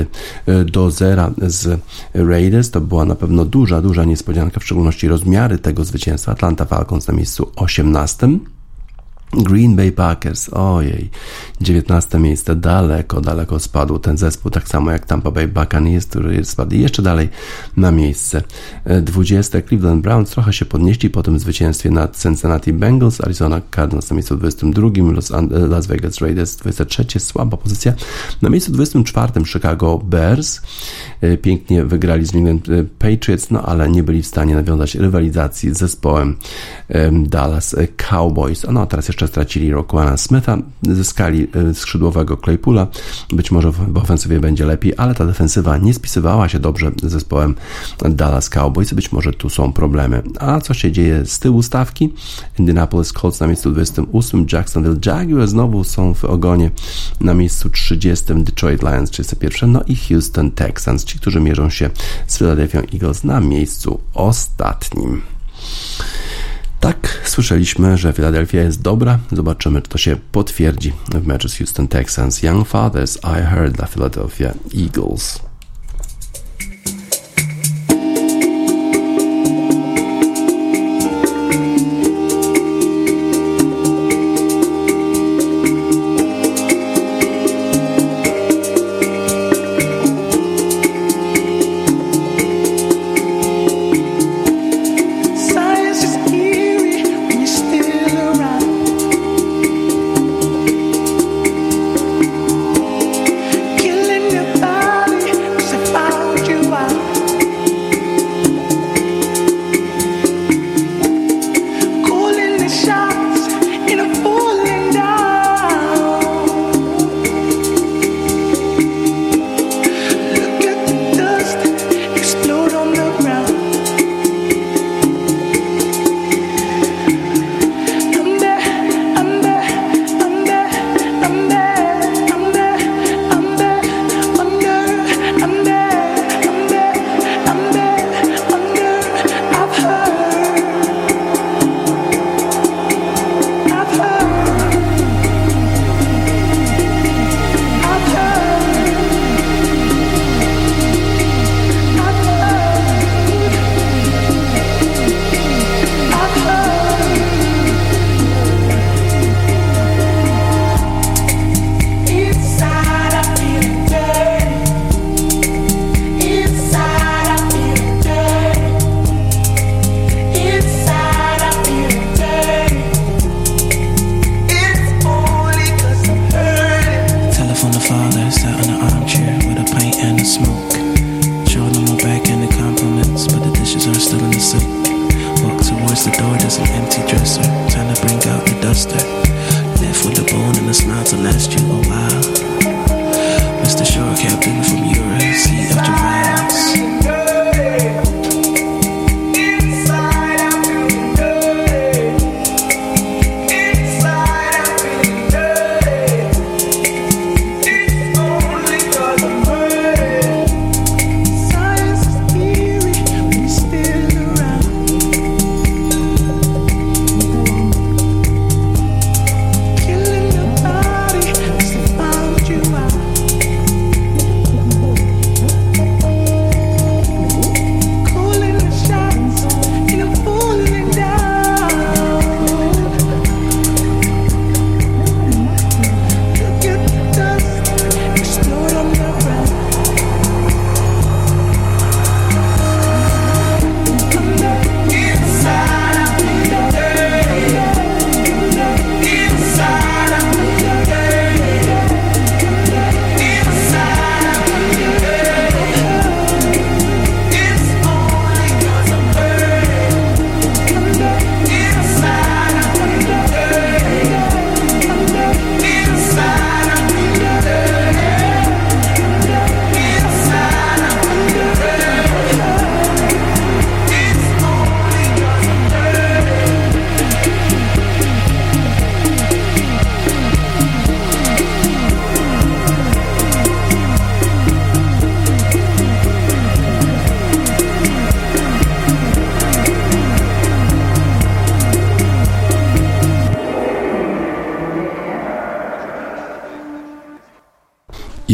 z Raiders. To była na pewno duża niespodzianka, w szczególności rozmiary tego zwycięstwa. Atlanta Falcons na miejscu 18. Green Bay Packers, ojej, 19. miejsce, daleko spadł ten zespół, tak samo jak Tampa Bay Buccaneers, który spadł jeszcze dalej na miejsce 20. Cleveland Browns trochę się podnieśli po tym zwycięstwie nad Cincinnati Bengals, Arizona Cardinals na miejscu 22, Las Vegas Raiders 23, słaba pozycja. Na miejscu 24 Chicago Bears, pięknie wygrali z New England Patriots, no ale nie byli w stanie nawiązać rywalizacji z zespołem Dallas Cowboys. No a teraz jeszcze stracili Roquana Smitha, zyskali skrzydłowego Claypoola, być może w ofensywie będzie lepiej, ale ta defensywa nie spisywała się dobrze z zespołem Dallas Cowboys, być może tu są problemy. A co się dzieje z tyłu stawki? Indianapolis Colts na miejscu 28, Jacksonville Jaguars znowu są w ogonie na miejscu 30, Detroit Lions 31, no i Houston Texans, ci, którzy mierzą się z Philadelphia Eagles na miejscu ostatnim. Tak, słyszeliśmy, że Philadelphia jest dobra. Zobaczymy, czy to się potwierdzi w meczu z Houston Texans. Young Fathers, I Heard dla Philadelphia Eagles. Killing your body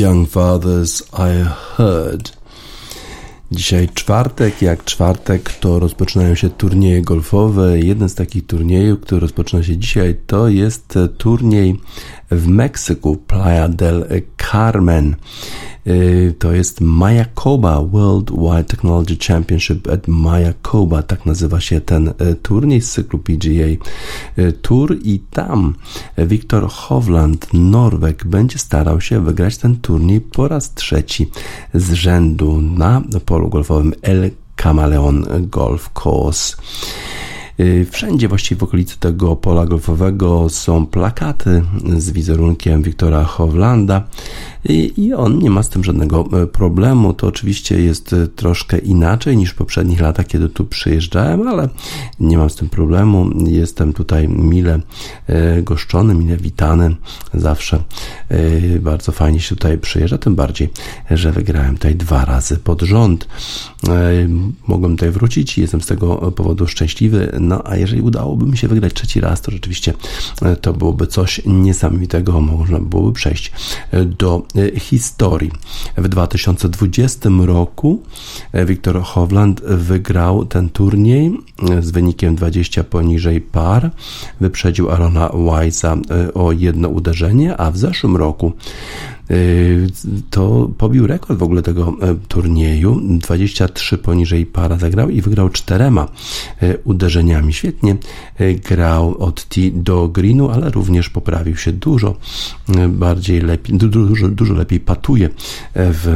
Young Fathers I Heard. Dzisiaj czwartek, jak czwartek to rozpoczynają się turnieje golfowe. Jeden z takich turniejów, który rozpoczyna się dzisiaj, to jest turniej w Meksyku, Playa del Carmen. To jest Mayakoba World Wide Technology Championship at Mayakoba, tak nazywa się ten turniej z cyklu PGA Tour i tam Viktor Hovland, Norweg, będzie starał się wygrać ten turniej po raz trzeci z rzędu na polu golfowym El Camaleon Golf Course. Wszędzie właściwie w okolicy tego pola golfowego są plakaty z wizerunkiem Viktora Hovlanda i on nie ma z tym żadnego problemu. To oczywiście jest troszkę inaczej niż w poprzednich latach, kiedy tu przyjeżdżałem, ale nie mam z tym problemu. Jestem tutaj mile goszczony, mile witany. Zawsze bardzo fajnie się tutaj przyjeżdża, tym bardziej, że wygrałem tutaj 2 razy pod rząd. Mogłem tutaj wrócić i jestem z tego powodu szczęśliwy. No a jeżeli udałoby mi się wygrać 3. raz, to rzeczywiście to byłoby coś niesamowitego. Można byłoby przejść do historii. W 2020 roku Viktor Hovland wygrał ten turniej z wynikiem 20 poniżej par. Wyprzedził Arona Wise'a o 1 uderzenie, a w zeszłym roku to pobił rekord w ogóle tego turnieju. 23 poniżej para zagrał i wygrał 4 uderzeniami. Świetnie grał od tee do greenu, ale również poprawił się dużo lepiej patuje w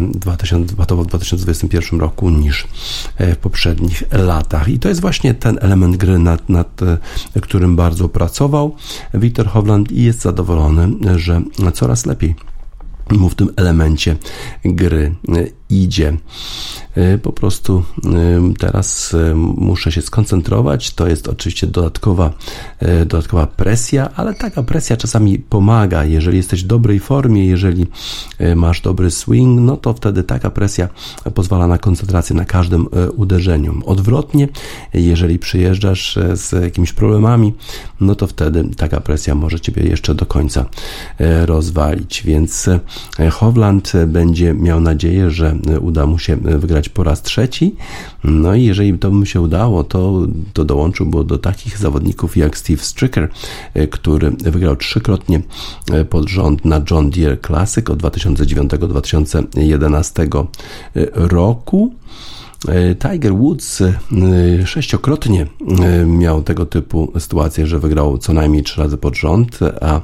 2021 roku niż w poprzednich latach. I to jest właśnie ten element gry, nad którym bardzo pracował Viktor Hovland i jest zadowolony, że coraz lepiej mu w tym elemencie gry idzie. Po prostu teraz muszę się skoncentrować. To jest oczywiście dodatkowa presja, ale taka presja czasami pomaga. Jeżeli jesteś w dobrej formie, jeżeli masz dobry swing, no to wtedy taka presja pozwala na koncentrację na każdym uderzeniu. Odwrotnie, jeżeli przyjeżdżasz z jakimiś problemami, no to wtedy taka presja może ciebie jeszcze do końca rozwalić. Więc Hovland będzie miał nadzieję, że uda mu się wygrać po raz 3. No i jeżeli to mu się udało, to dołączyłby do takich zawodników jak Steve Stricker, który wygrał 3-krotnie pod rząd na John Deere Classic od 2009 do 2011 roku. Tiger Woods 6-krotnie miał tego typu sytuację, że wygrał co najmniej 3 razy pod rząd, a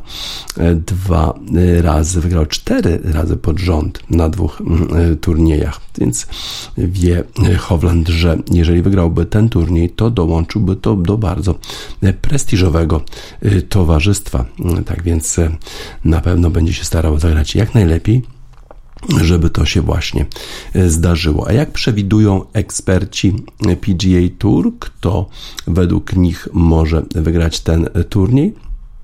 2 razy wygrał 4 razy pod rząd na 2 turniejach. Więc wie Hovland, że jeżeli wygrałby ten turniej, to dołączyłby to do bardzo prestiżowego towarzystwa. Tak więc na pewno będzie się starał zagrać jak najlepiej, żeby to się właśnie zdarzyło. A jak przewidują eksperci PGA Tour, kto według nich może wygrać ten turniej?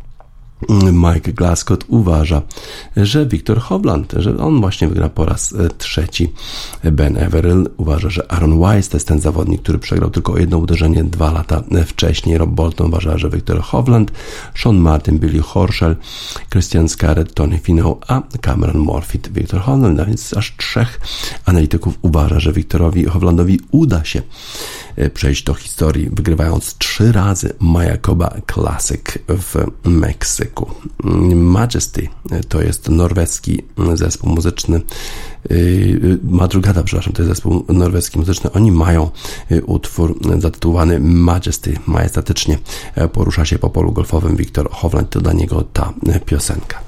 Mike Glascott uważa, że Viktor Hovland, że on właśnie wygra po raz 3. Ben Everill uważa, że Aaron Wise to jest ten zawodnik, który przegrał tylko 1 uderzenie 2 lata wcześniej. Rob Bolton uważa, że Viktor Hovland, Sean Martin, Billy Horschel, Christian Scarrett, Tony Finau, a Cameron Morfitt, Viktor Hovland. A więc aż 3 analityków uważa, że Viktorowi Hovlandowi uda się przejść do historii, wygrywając 3 razy Mayakoba Classic w Meksyku. Majesty to jest norweski zespół muzyczny, Madrugada, przepraszam, to jest zespół norweski muzyczny. Oni mają utwór zatytułowany Majesty. Majestatycznie porusza się po polu golfowym Viktor Hovland, to dla niego ta piosenka.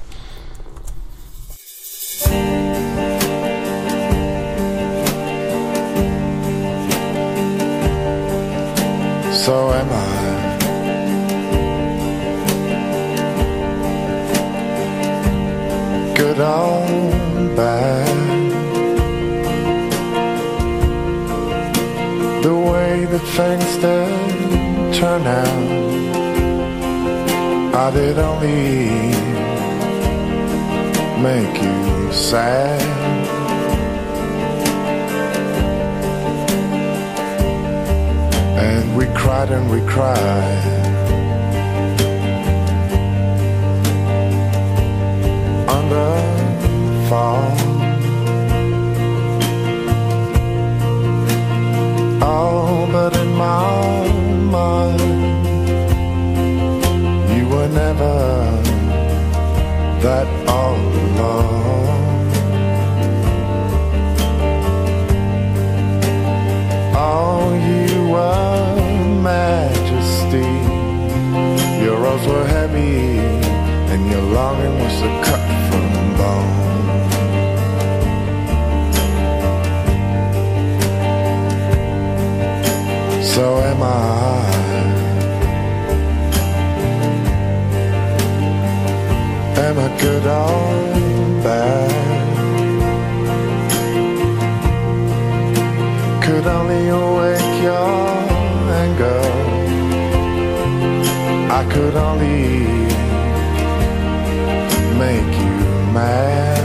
So am I. Good or bad, the way that things did turn out, I did only make you sad. And we cried and we cried under fall. so am I. Am I good or bad? Could only awake your anger. I could only make you mad.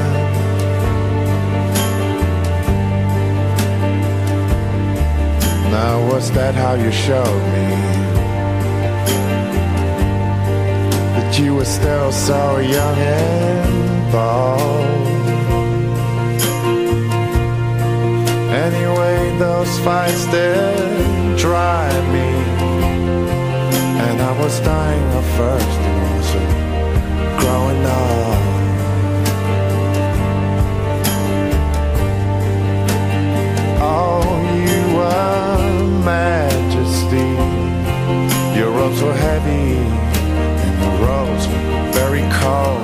Now was that how you showed me that you were still so young and bold? Anyway, those fights did drive me, and I was dying of thirst and also growing up. Oh, you were majesty. Your robes were heavy and your robes were very cold.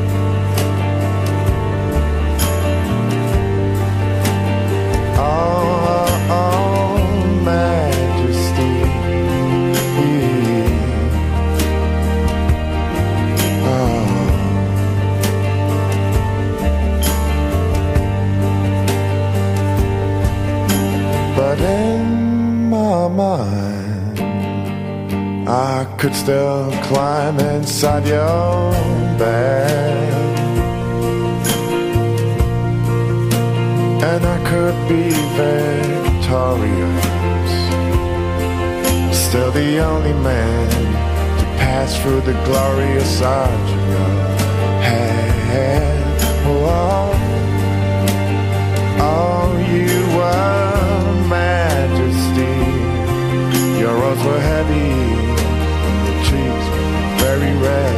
I could still climb inside your bed, and I could be victorious, still the only man to pass through the glorious arch of your head. Oh, oh, you were majesty. Your robes were heavy, very red.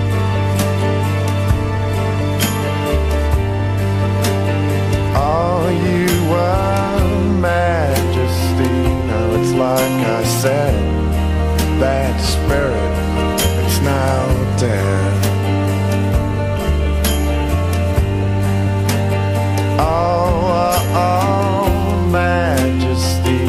Oh, you were majesty. Now it's like I said, that spirit, it's now dead. Oh, oh, oh, majesty.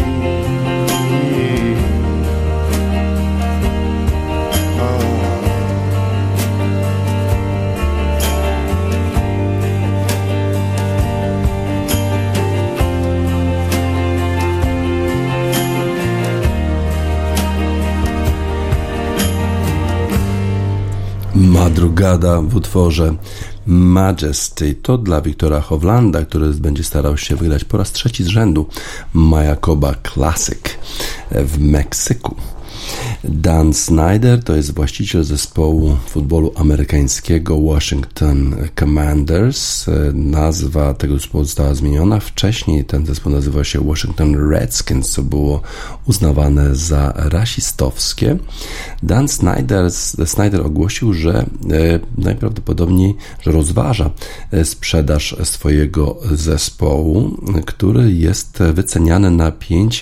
Madrugada w utworze Majesty to dla Wiktora Hovlanda, który będzie starał się wygrać po raz trzeci z rzędu Mayakoba Classic w Meksyku. Dan Snyder to jest właściciel zespołu futbolu amerykańskiego Washington Commanders. Nazwa tego zespołu została zmieniona. Wcześniej ten zespół nazywał się Washington Redskins, co było uznawane za rasistowskie. Dan Snyder ogłosił, że najprawdopodobniej, że rozważa sprzedaż swojego zespołu, który jest wyceniany na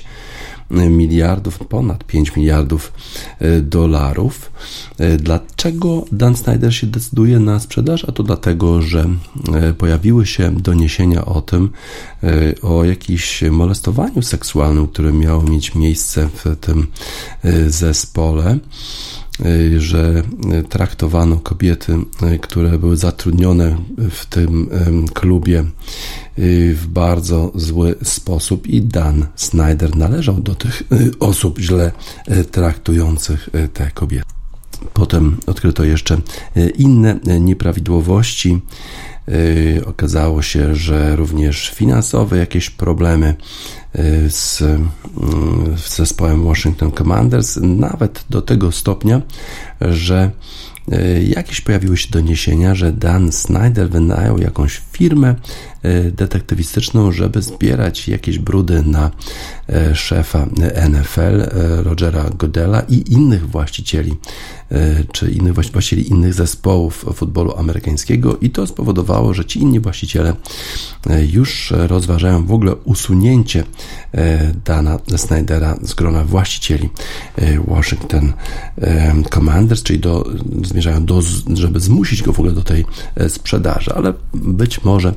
ponad 5 miliardów dolarów. Dlaczego Dan Snyder się decyduje na sprzedaż? A to dlatego, że pojawiły się doniesienia o jakimś molestowaniu seksualnym, które miało mieć miejsce w tym zespole, że traktowano kobiety, które były zatrudnione w tym klubie, w bardzo zły sposób i Dan Snyder należał do tych osób źle traktujących te kobiety. Potem odkryto jeszcze inne nieprawidłowości. Okazało się, że również finansowe jakieś problemy z zespołem Washington Commanders, nawet do tego stopnia, że jakieś pojawiły się doniesienia, że Dan Snyder wynajął jakąś firmę detektywistyczną, żeby zbierać jakieś brudy na szefa NFL Rogera Goodella i innych właścicieli, czy innych właścicieli innych zespołów futbolu amerykańskiego, i to spowodowało, że ci inni właściciele już rozważają w ogóle usunięcie Dana Snydera z grona właścicieli Washington Commanders, czyli zmierzają żeby zmusić go w ogóle do tej sprzedaży, ale być może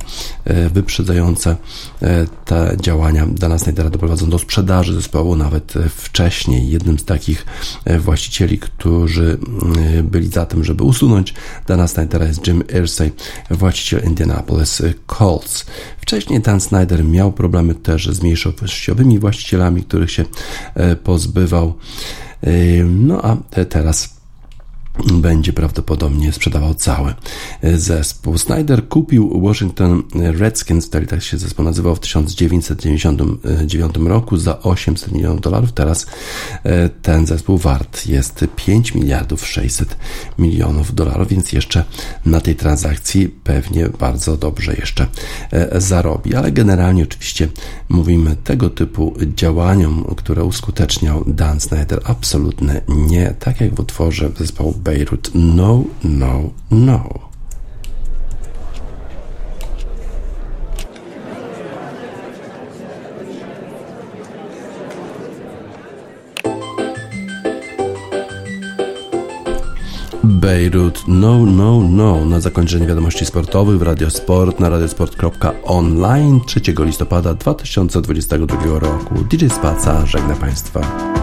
wyprzedzające te działania Dana Snydera doprowadzą do sprzedaży zespołu nawet wcześniej. Jednym z takich właścicieli, którzy byli za tym, żeby usunąć Dana Snydera, jest Jim Irsay, właściciel Indianapolis Colts. Wcześniej Dan Snyder miał problemy też z mniejszościowymi właścicielami, których się pozbywał. No a teraz będzie prawdopodobnie sprzedawał cały zespół. Snyder kupił Washington Redskins, wtedy tak się zespół nazywał, w 1999 roku za $800 milionów. Teraz ten zespół wart jest $5,6 milionów, więc jeszcze na tej transakcji pewnie bardzo dobrze jeszcze zarobi. Ale generalnie oczywiście mówimy tego typu działaniom, które uskuteczniał Dan Snyder, absolutnie nie, tak jak w utworze zespołu Beirut. No, no, no. Beirut, no, no, no. Na zakończenie wiadomości sportowych w Radiosport na radiosport.online 3 listopada 2022 roku. DJ Spaca żegna Państwa.